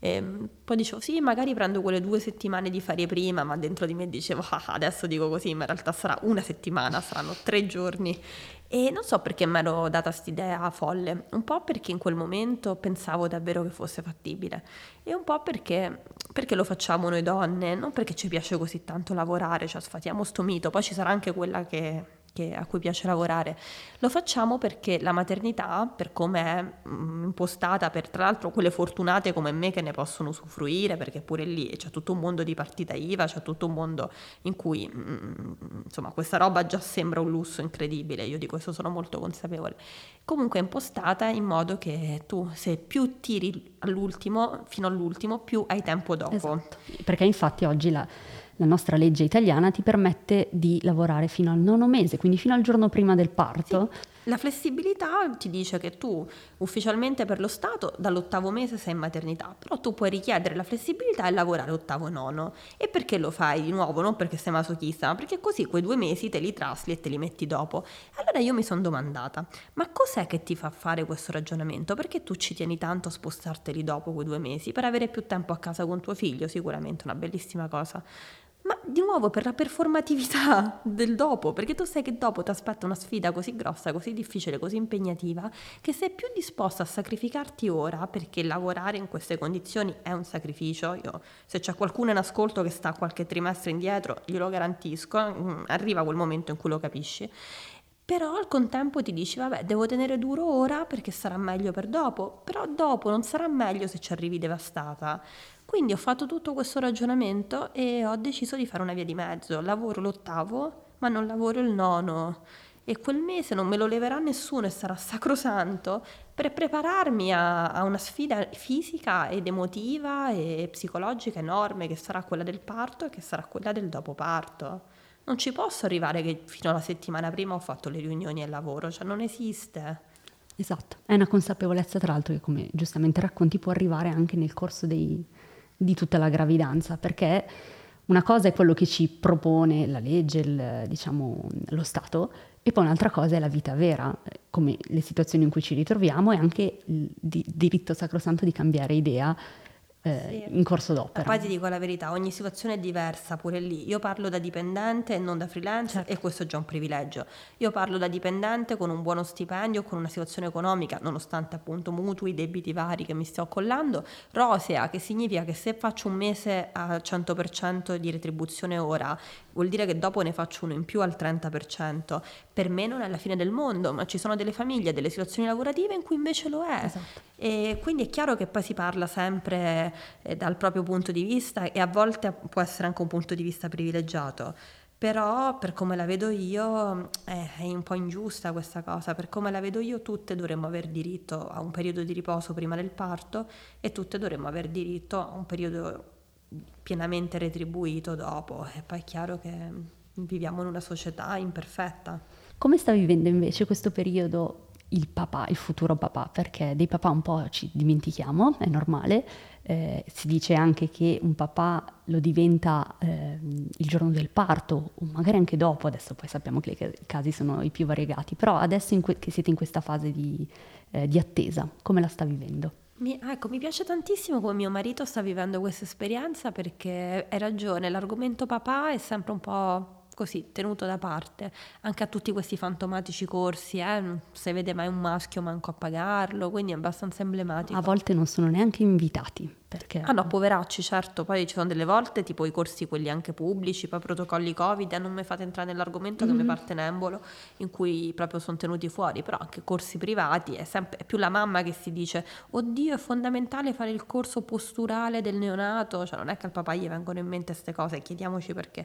sì, magari prendo quelle 2 settimane di ferie prima, ma dentro di me dicevo adesso dico così, ma in realtà sarà una settimana, saranno 3 giorni. E non so perché mi ero data quest'idea folle, un po' perché in quel momento pensavo davvero che fosse fattibile, e un po' perché lo facciamo noi donne, non perché ci piace così tanto lavorare, cioè sfatiamo sto mito. Poi ci sarà anche quella a cui piace lavorare. Lo facciamo perché la maternità, per come è impostata, per tra l'altro quelle fortunate come me che ne possono usufruire, perché pure lì c'è tutto un mondo di partita IVA, c'è tutto un mondo in cui insomma questa roba già sembra un lusso incredibile, io di questo sono molto consapevole. Comunque è impostata in modo che tu, se più tiri fino all'ultimo, più hai tempo dopo. Esatto. Perché infatti oggi la nostra legge italiana ti permette di lavorare fino al 9° mese, quindi fino al giorno prima del parto. Sì. La flessibilità ti dice che tu ufficialmente per lo Stato dall'8° mese sei in maternità, però tu puoi richiedere la flessibilità e lavorare 8° e 9°. E perché lo fai di nuovo? Non perché sei masochista, ma perché così quei 2 mesi te li trasli e te li metti dopo. Allora io mi sono domandata, ma cos'è che ti fa fare questo ragionamento? Perché tu ci tieni tanto a spostarteli dopo quei 2 mesi? Per avere più tempo a casa con tuo figlio, sicuramente una bellissima cosa. Ma di nuovo per la performatività del dopo, perché tu sai che dopo ti aspetta una sfida così grossa, così difficile, così impegnativa, che sei più disposta a sacrificarti ora, perché lavorare in queste condizioni è un sacrificio. Io, se c'è qualcuno in ascolto che sta qualche trimestre indietro, glielo garantisco, arriva quel momento in cui lo capisci. Però al contempo ti dici, vabbè, devo tenere duro ora perché sarà meglio per dopo, però dopo non sarà meglio se ci arrivi devastata. Quindi ho fatto tutto questo ragionamento e ho deciso di fare una via di mezzo. Lavoro l'8°, ma non lavoro il 9°. E quel mese non me lo leverà nessuno e sarà sacrosanto per prepararmi a una sfida fisica ed emotiva e psicologica enorme che sarà quella del parto e che sarà quella del dopo parto. Non ci posso arrivare che fino alla settimana prima ho fatto le riunioni e il lavoro, cioè non esiste. Esatto, è una consapevolezza tra l'altro che, come giustamente racconti, può arrivare anche nel corso di tutta la gravidanza, perché una cosa è quello che ci propone la legge, diciamo, lo Stato, e poi un'altra cosa è la vita vera, come le situazioni in cui ci ritroviamo, e anche il diritto sacrosanto di cambiare idea Sì. in corso d'opera. Poi ti dico la verità, ogni situazione è diversa, pure lì. Io parlo da dipendente e non da freelancer, Certo. e questo è già un privilegio. Io parlo da dipendente con un buono stipendio, con una situazione economica, nonostante appunto mutui, debiti vari che mi sto accollando, rosea, che significa che se faccio un mese a 100% di retribuzione ora, vuol dire che dopo ne faccio uno in più al 30%. Per me non è la fine del mondo, ma ci sono delle famiglie, delle situazioni lavorative in cui invece lo è. Esatto. E quindi è chiaro che poi si parla sempre dal proprio punto di vista, e a volte può essere anche un punto di vista privilegiato, però per come la vedo io è un po' ingiusta questa cosa. Per come la vedo io, tutte dovremmo aver diritto a un periodo di riposo prima del parto e tutte dovremmo aver diritto a un periodo pienamente retribuito dopo. E poi è chiaro che viviamo in una società imperfetta. Come sta vivendo invece questo periodo il papà, il futuro papà? Perché dei papà un po' ci dimentichiamo, è normale. Si dice anche che un papà lo diventa il giorno del parto, o magari anche dopo. Adesso poi sappiamo che i casi sono i più variegati, però adesso che siete in questa fase di attesa, come la sta vivendo? Mi piace tantissimo come mio marito sta vivendo questa esperienza, perché hai ragione, l'argomento papà è sempre un po' così tenuto da parte, anche a tutti questi fantomatici corsi, non si vede mai un maschio manco a pagarlo, quindi è abbastanza emblematico. A volte non sono neanche invitati, perché... Ah no, poveracci, certo, poi ci sono delle volte, tipo i corsi quelli anche pubblici, poi protocolli Covid, non mi fate entrare nell'argomento che mi parte un embolo, in cui proprio sono tenuti fuori, però anche corsi privati, è più la mamma che si dice, oddio è fondamentale fare il corso posturale del neonato, cioè non è che al papà gli vengono in mente queste cose, chiediamoci perché.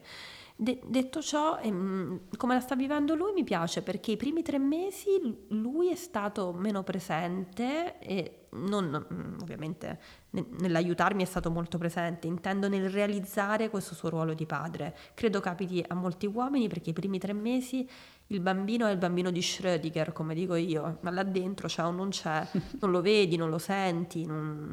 Detto ciò, come la sta vivendo lui mi piace, perché i primi 3 mesi lui è stato meno presente, e non ovviamente nell'aiutarmi è stato molto presente, intendo nel realizzare questo suo ruolo di padre. Credo capiti a molti uomini, perché i primi 3 mesi il bambino è il bambino di Schrödinger, come dico io, ma là dentro c'è o non c'è, non lo vedi, non lo senti,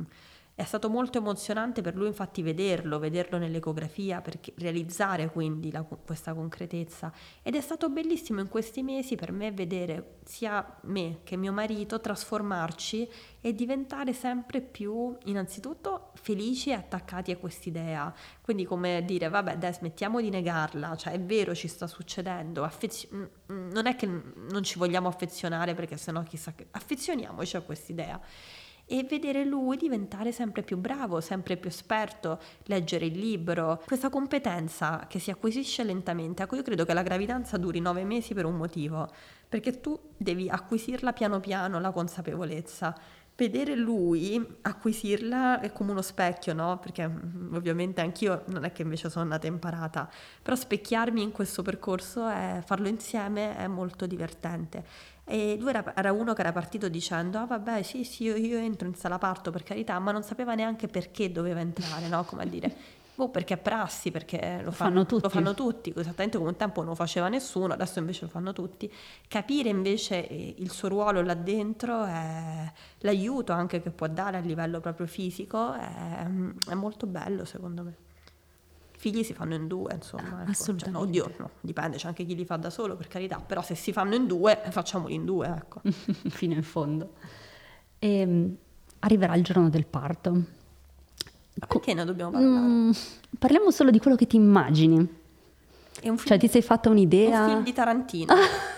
È stato molto emozionante per lui infatti vederlo nell'ecografia, perché realizzare quindi questa concretezza, ed è stato bellissimo in questi mesi per me vedere sia me che mio marito trasformarci e diventare sempre più innanzitutto felici e attaccati a quest'idea. Quindi come dire, vabbè dai, smettiamo di negarla, cioè è vero, ci sta succedendo, non è che non ci vogliamo affezionare, perché sennò chissà che, affezioniamoci a quest'idea. E vedere lui diventare sempre più bravo, sempre più esperto, leggere il libro, questa competenza che si acquisisce lentamente. Io credo che la gravidanza duri 9 mesi per un motivo, perché tu devi acquisirla piano piano, la consapevolezza. Vedere lui acquisirla è come uno specchio, no? Perché ovviamente anch'io non è che invece sono nata imparata, però specchiarmi in questo percorso e farlo insieme è molto divertente. E lui era uno che era partito dicendo, ah vabbè sì io entro in sala parto per carità, ma non sapeva neanche perché doveva entrare, no? Come a dire, perché è prassi, perché lo fanno tutti. Lo fanno tutti, esattamente come un tempo non lo faceva nessuno, adesso invece lo fanno tutti. Capire invece il suo ruolo là dentro, l'aiuto anche che può dare a livello proprio fisico, è molto bello secondo me. Figli si fanno in due, insomma. Ecco. Assolutamente. Oddio, no, dipende, c'è anche chi li fa da solo, per carità, però se si fanno in due, facciamoli in due, ecco. Fino in fondo. E arriverà il giorno del parto. Ma perché ne dobbiamo parlare? Parliamo solo di quello che ti immagini. È un film, Cioè, ti sei fatta un'idea? un film di Tarantino.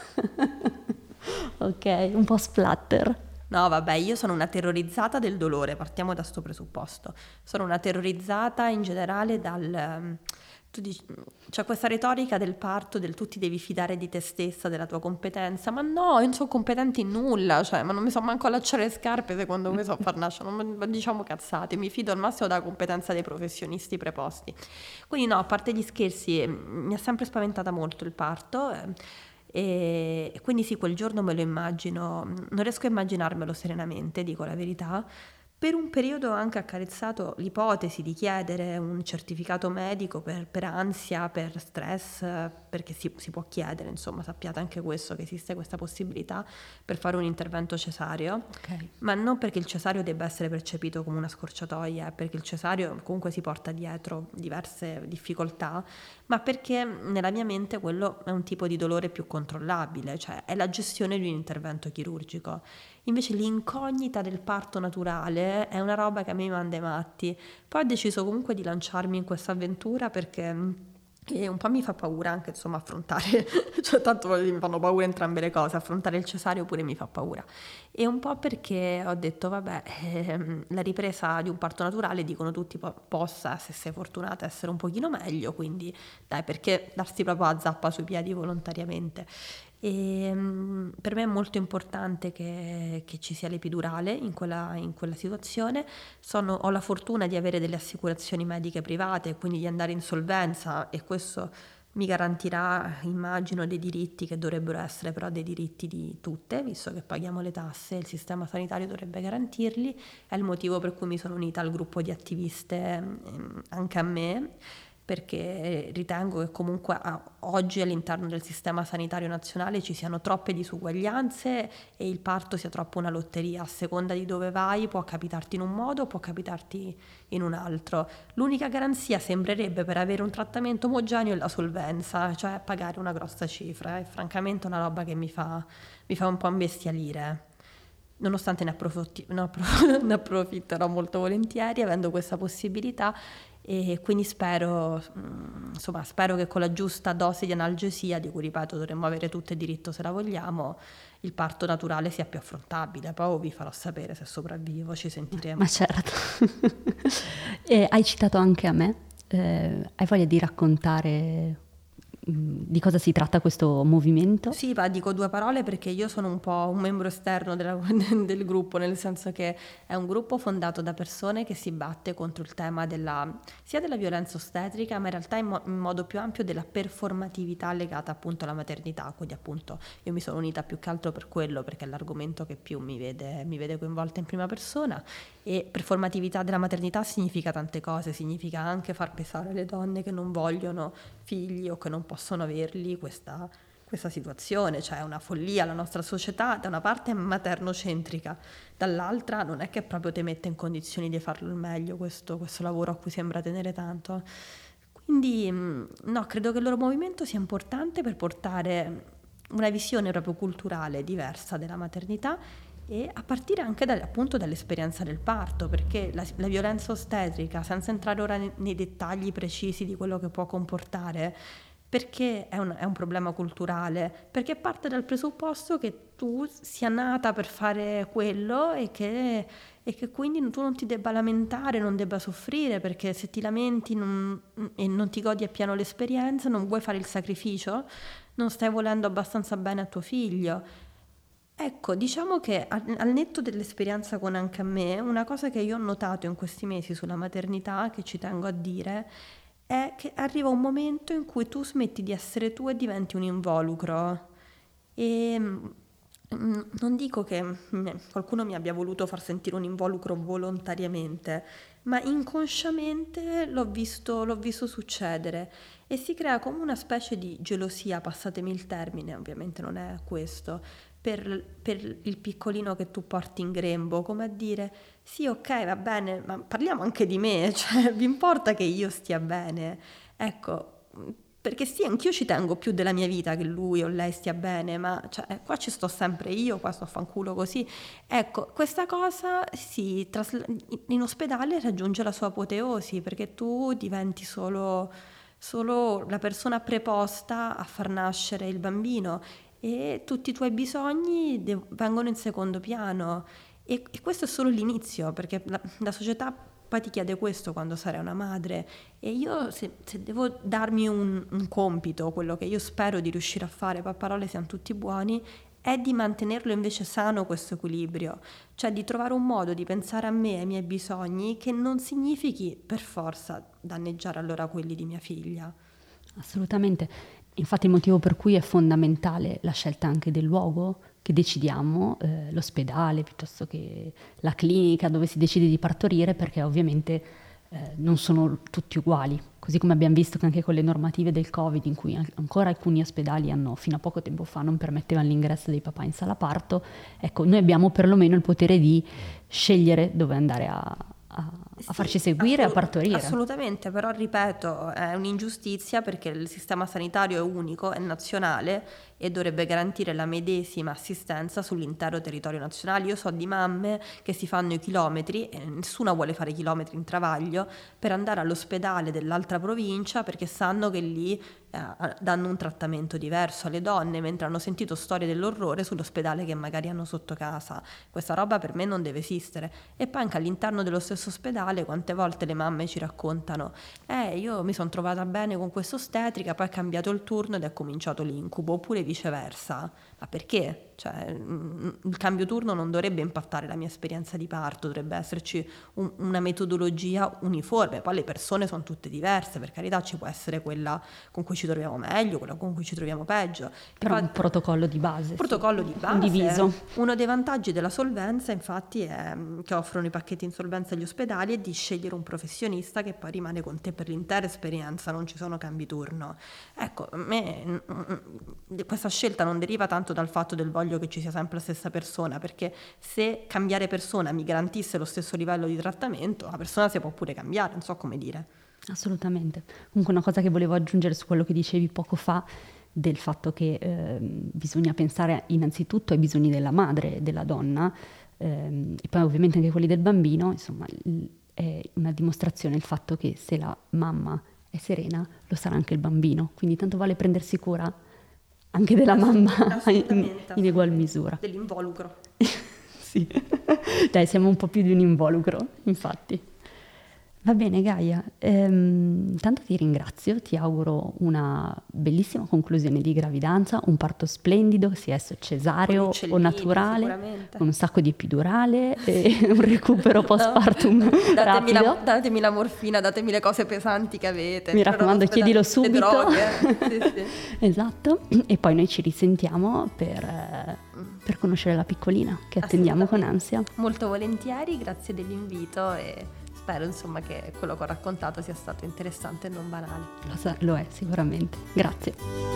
Ok, un po' splatter. No, vabbè, io sono una terrorizzata del dolore, partiamo da sto presupposto. Sono una terrorizzata in generale tu dici, c'è questa retorica del parto, del tu ti devi fidare di te stessa, della tua competenza, ma no, io non sono competente in nulla, cioè, ma non mi so manco allacciare le scarpe secondo me so far nascere, non diciamo cazzate, mi fido al massimo della competenza dei professionisti preposti. Quindi no, a parte gli scherzi, mi ha sempre spaventata molto il parto. E quindi sì, quel giorno me lo immagino, non riesco a immaginarmelo serenamente, dico la verità. Per un periodo ho anche accarezzato l'ipotesi di chiedere un certificato medico per ansia, per stress, perché si può chiedere, insomma, sappiate anche questo, che esiste questa possibilità per fare un intervento cesareo, Ok. ma non perché il cesareo debba essere percepito come una scorciatoia, perché il cesareo comunque si porta dietro diverse difficoltà, ma perché nella mia mente quello è un tipo di dolore più controllabile, cioè è la gestione di un intervento chirurgico. Invece l'incognita del parto naturale è una roba che a me manda i matti. Poi ho deciso comunque di lanciarmi in questa avventura perché un po' mi fa paura anche, insomma, affrontare, cioè tanto mi fanno paura entrambe le cose, affrontare il cesareo pure mi fa paura. E un po' perché ho detto, vabbè, la ripresa di un parto naturale, dicono tutti, possa, se sei fortunata, essere un pochino meglio, quindi dai, perché darsi proprio a zappa sui piedi volontariamente? E per me è molto importante che ci sia l'epidurale in quella situazione. Ho la fortuna di avere delle assicurazioni mediche private, quindi di andare in solvenza, e questo mi garantirà, immagino, dei diritti che dovrebbero essere però dei diritti di tutte, visto che paghiamo le tasse, il sistema sanitario dovrebbe garantirli. È il motivo per cui mi sono unita al gruppo di attiviste, anche a me, perché ritengo che comunque oggi all'interno del sistema sanitario nazionale ci siano troppe disuguaglianze e il parto sia troppo una lotteria. A seconda di dove vai può capitarti in un modo, può capitarti in un altro. L'unica garanzia sembrerebbe per avere un trattamento omogeneo è la solvenza, cioè pagare una grossa cifra, e francamente è una roba che mi fa un po' imbestialire. Nonostante ne approfitterò molto volentieri avendo questa possibilità, e quindi spero che con la giusta dose di analgesia, di cui ripeto dovremmo avere tutte diritto se la vogliamo, il parto naturale sia più affrontabile. Poi vi farò sapere se sopravvivo, ci sentiremo. Ma certo. E hai citato anche a me, hai voglia di raccontare di cosa si tratta questo movimento? Sì, dico due parole perché io sono un po' un membro esterno del gruppo, nel senso che è un gruppo fondato da persone che si batte contro il tema sia della violenza ostetrica, ma in realtà in modo più ampio della performatività legata appunto alla maternità. Quindi appunto io mi sono unita più che altro per quello, perché è l'argomento che più mi vede coinvolta in prima persona. E performatività della maternità significa tante cose, significa anche far pesare le donne che non vogliono figli o che non possono averli questa situazione, cioè è una follia. La nostra società da una parte è maternocentrica, dall'altra non è che proprio ti mette in condizioni di farlo al meglio questo lavoro a cui sembra tenere tanto. Quindi no, credo che il loro movimento sia importante per portare una visione proprio culturale diversa della maternità, e a partire anche appunto dall'esperienza del parto, perché la violenza ostetrica, senza entrare ora nei dettagli precisi di quello che può comportare, perché è un problema culturale, perché parte dal presupposto che tu sia nata per fare quello e che quindi tu non ti debba lamentare, non debba soffrire, perché se ti lamenti e non ti godi appieno l'esperienza, non vuoi fare il sacrificio, non stai volendo abbastanza bene a tuo figlio. Ecco, diciamo che al netto dell'esperienza con anche a me, una cosa che io ho notato in questi mesi sulla maternità, che ci tengo a dire, è che arriva un momento in cui tu smetti di essere tu e diventi un involucro. E non dico che qualcuno mi abbia voluto far sentire un involucro volontariamente, ma inconsciamente l'ho visto succedere e si crea come una specie di gelosia, passatemi il termine, ovviamente non è questo, per il piccolino che tu porti in grembo, come a dire sì, ok, va bene, ma parliamo anche di me, cioè vi importa che io stia bene? Ecco, perché sì, anch'io ci tengo più della mia vita che lui o lei stia bene, ma cioè, qua ci sto sempre io, qua sto a fanculo così. Ecco, questa cosa in ospedale raggiunge la sua apoteosi, perché tu diventi solo la persona preposta a far nascere il bambino e tutti i tuoi bisogni vengono in secondo piano. E questo è solo l'inizio, perché la società poi ti chiede questo quando sarai una madre, e io se devo darmi un compito, quello che io spero di riuscire a fare, poi a parole siamo tutti buoni, è di mantenerlo invece sano questo equilibrio, cioè di trovare un modo di pensare a me e ai miei bisogni che non significhi per forza danneggiare allora quelli di mia figlia. Assolutamente. Infatti il motivo per cui è fondamentale la scelta anche del luogo che decidiamo, l'ospedale piuttosto che la clinica dove si decide di partorire, perché ovviamente non sono tutti uguali, così come abbiamo visto che anche con le normative del Covid, in cui ancora alcuni ospedali fino a poco tempo fa non permettevano l'ingresso dei papà in sala parto. Ecco, noi abbiamo perlomeno il potere di scegliere dove andare a farci seguire, a partorire. Assolutamente, però ripeto, è un'ingiustizia perché il sistema sanitario è unico, è nazionale e dovrebbe garantire la medesima assistenza sull'intero territorio nazionale. Io so di mamme che si fanno i chilometri, e nessuna vuole fare chilometri in travaglio, per andare all'ospedale dell'altra provincia perché sanno che lì danno un trattamento diverso alle donne, mentre hanno sentito storie dell'orrore sull'ospedale che magari hanno sotto casa. Questa roba per me non deve esistere. E poi anche all'interno dello stesso ospedale quante volte le mamme ci raccontano io mi sono trovata bene con questa ostetrica, poi è cambiato il turno ed è cominciato l'incubo, oppure viceversa. Ma perché? Cioè, il cambio turno non dovrebbe impattare la mia esperienza di parto, dovrebbe esserci una metodologia uniforme. Poi le persone sono tutte diverse, per carità, ci può essere quella con cui ci troviamo meglio, quella con cui ci troviamo peggio. Però un protocollo di base. Protocollo di base. Condiviso. Uno dei vantaggi della solvenza, infatti, è che offrono i pacchetti in solvenza agli ospedali, è di scegliere un professionista che poi rimane con te per l'intera esperienza, non ci sono cambi turno. Ecco, a me questa scelta non deriva tanto dal fatto del voglio che ci sia sempre la stessa persona, perché se cambiare persona mi garantisse lo stesso livello di trattamento, la persona si può pure cambiare, non so come dire. Assolutamente. Comunque una cosa che volevo aggiungere su quello che dicevi poco fa, del fatto che bisogna pensare innanzitutto ai bisogni della madre, della donna, e poi ovviamente anche quelli del bambino, insomma è una dimostrazione il fatto che se la mamma è serena lo sarà anche il bambino, quindi tanto vale prendersi cura anche della mamma in egual misura. Dell'involucro. Sì, dai, siamo un po' più di un involucro, infatti. Va bene Gaia, tanto ti ringrazio, ti auguro una bellissima conclusione di gravidanza, un parto splendido, sia esso cesareo o naturale, con un sacco di epidurale e un recupero postpartum rapido. Datemi la morfina, datemi le cose pesanti che avete. Mi raccomando, chiedilo subito. Le droghe. Sì. Esatto, e poi noi ci risentiamo per conoscere la piccolina che attendiamo con ansia. Molto volentieri, grazie dell'invito e spero insomma che quello che ho raccontato sia stato interessante e non banale. Lo è sicuramente. Grazie.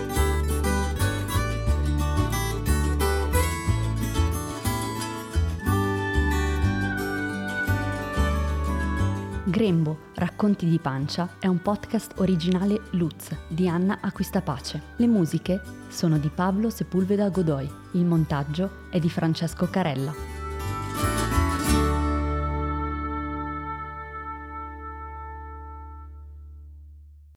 Grembo, racconti di pancia è un podcast originale Lutz di Anna Acquistapace. Le musiche sono di Pablo Sepulveda Godoy. Il montaggio è di Francesco Carella.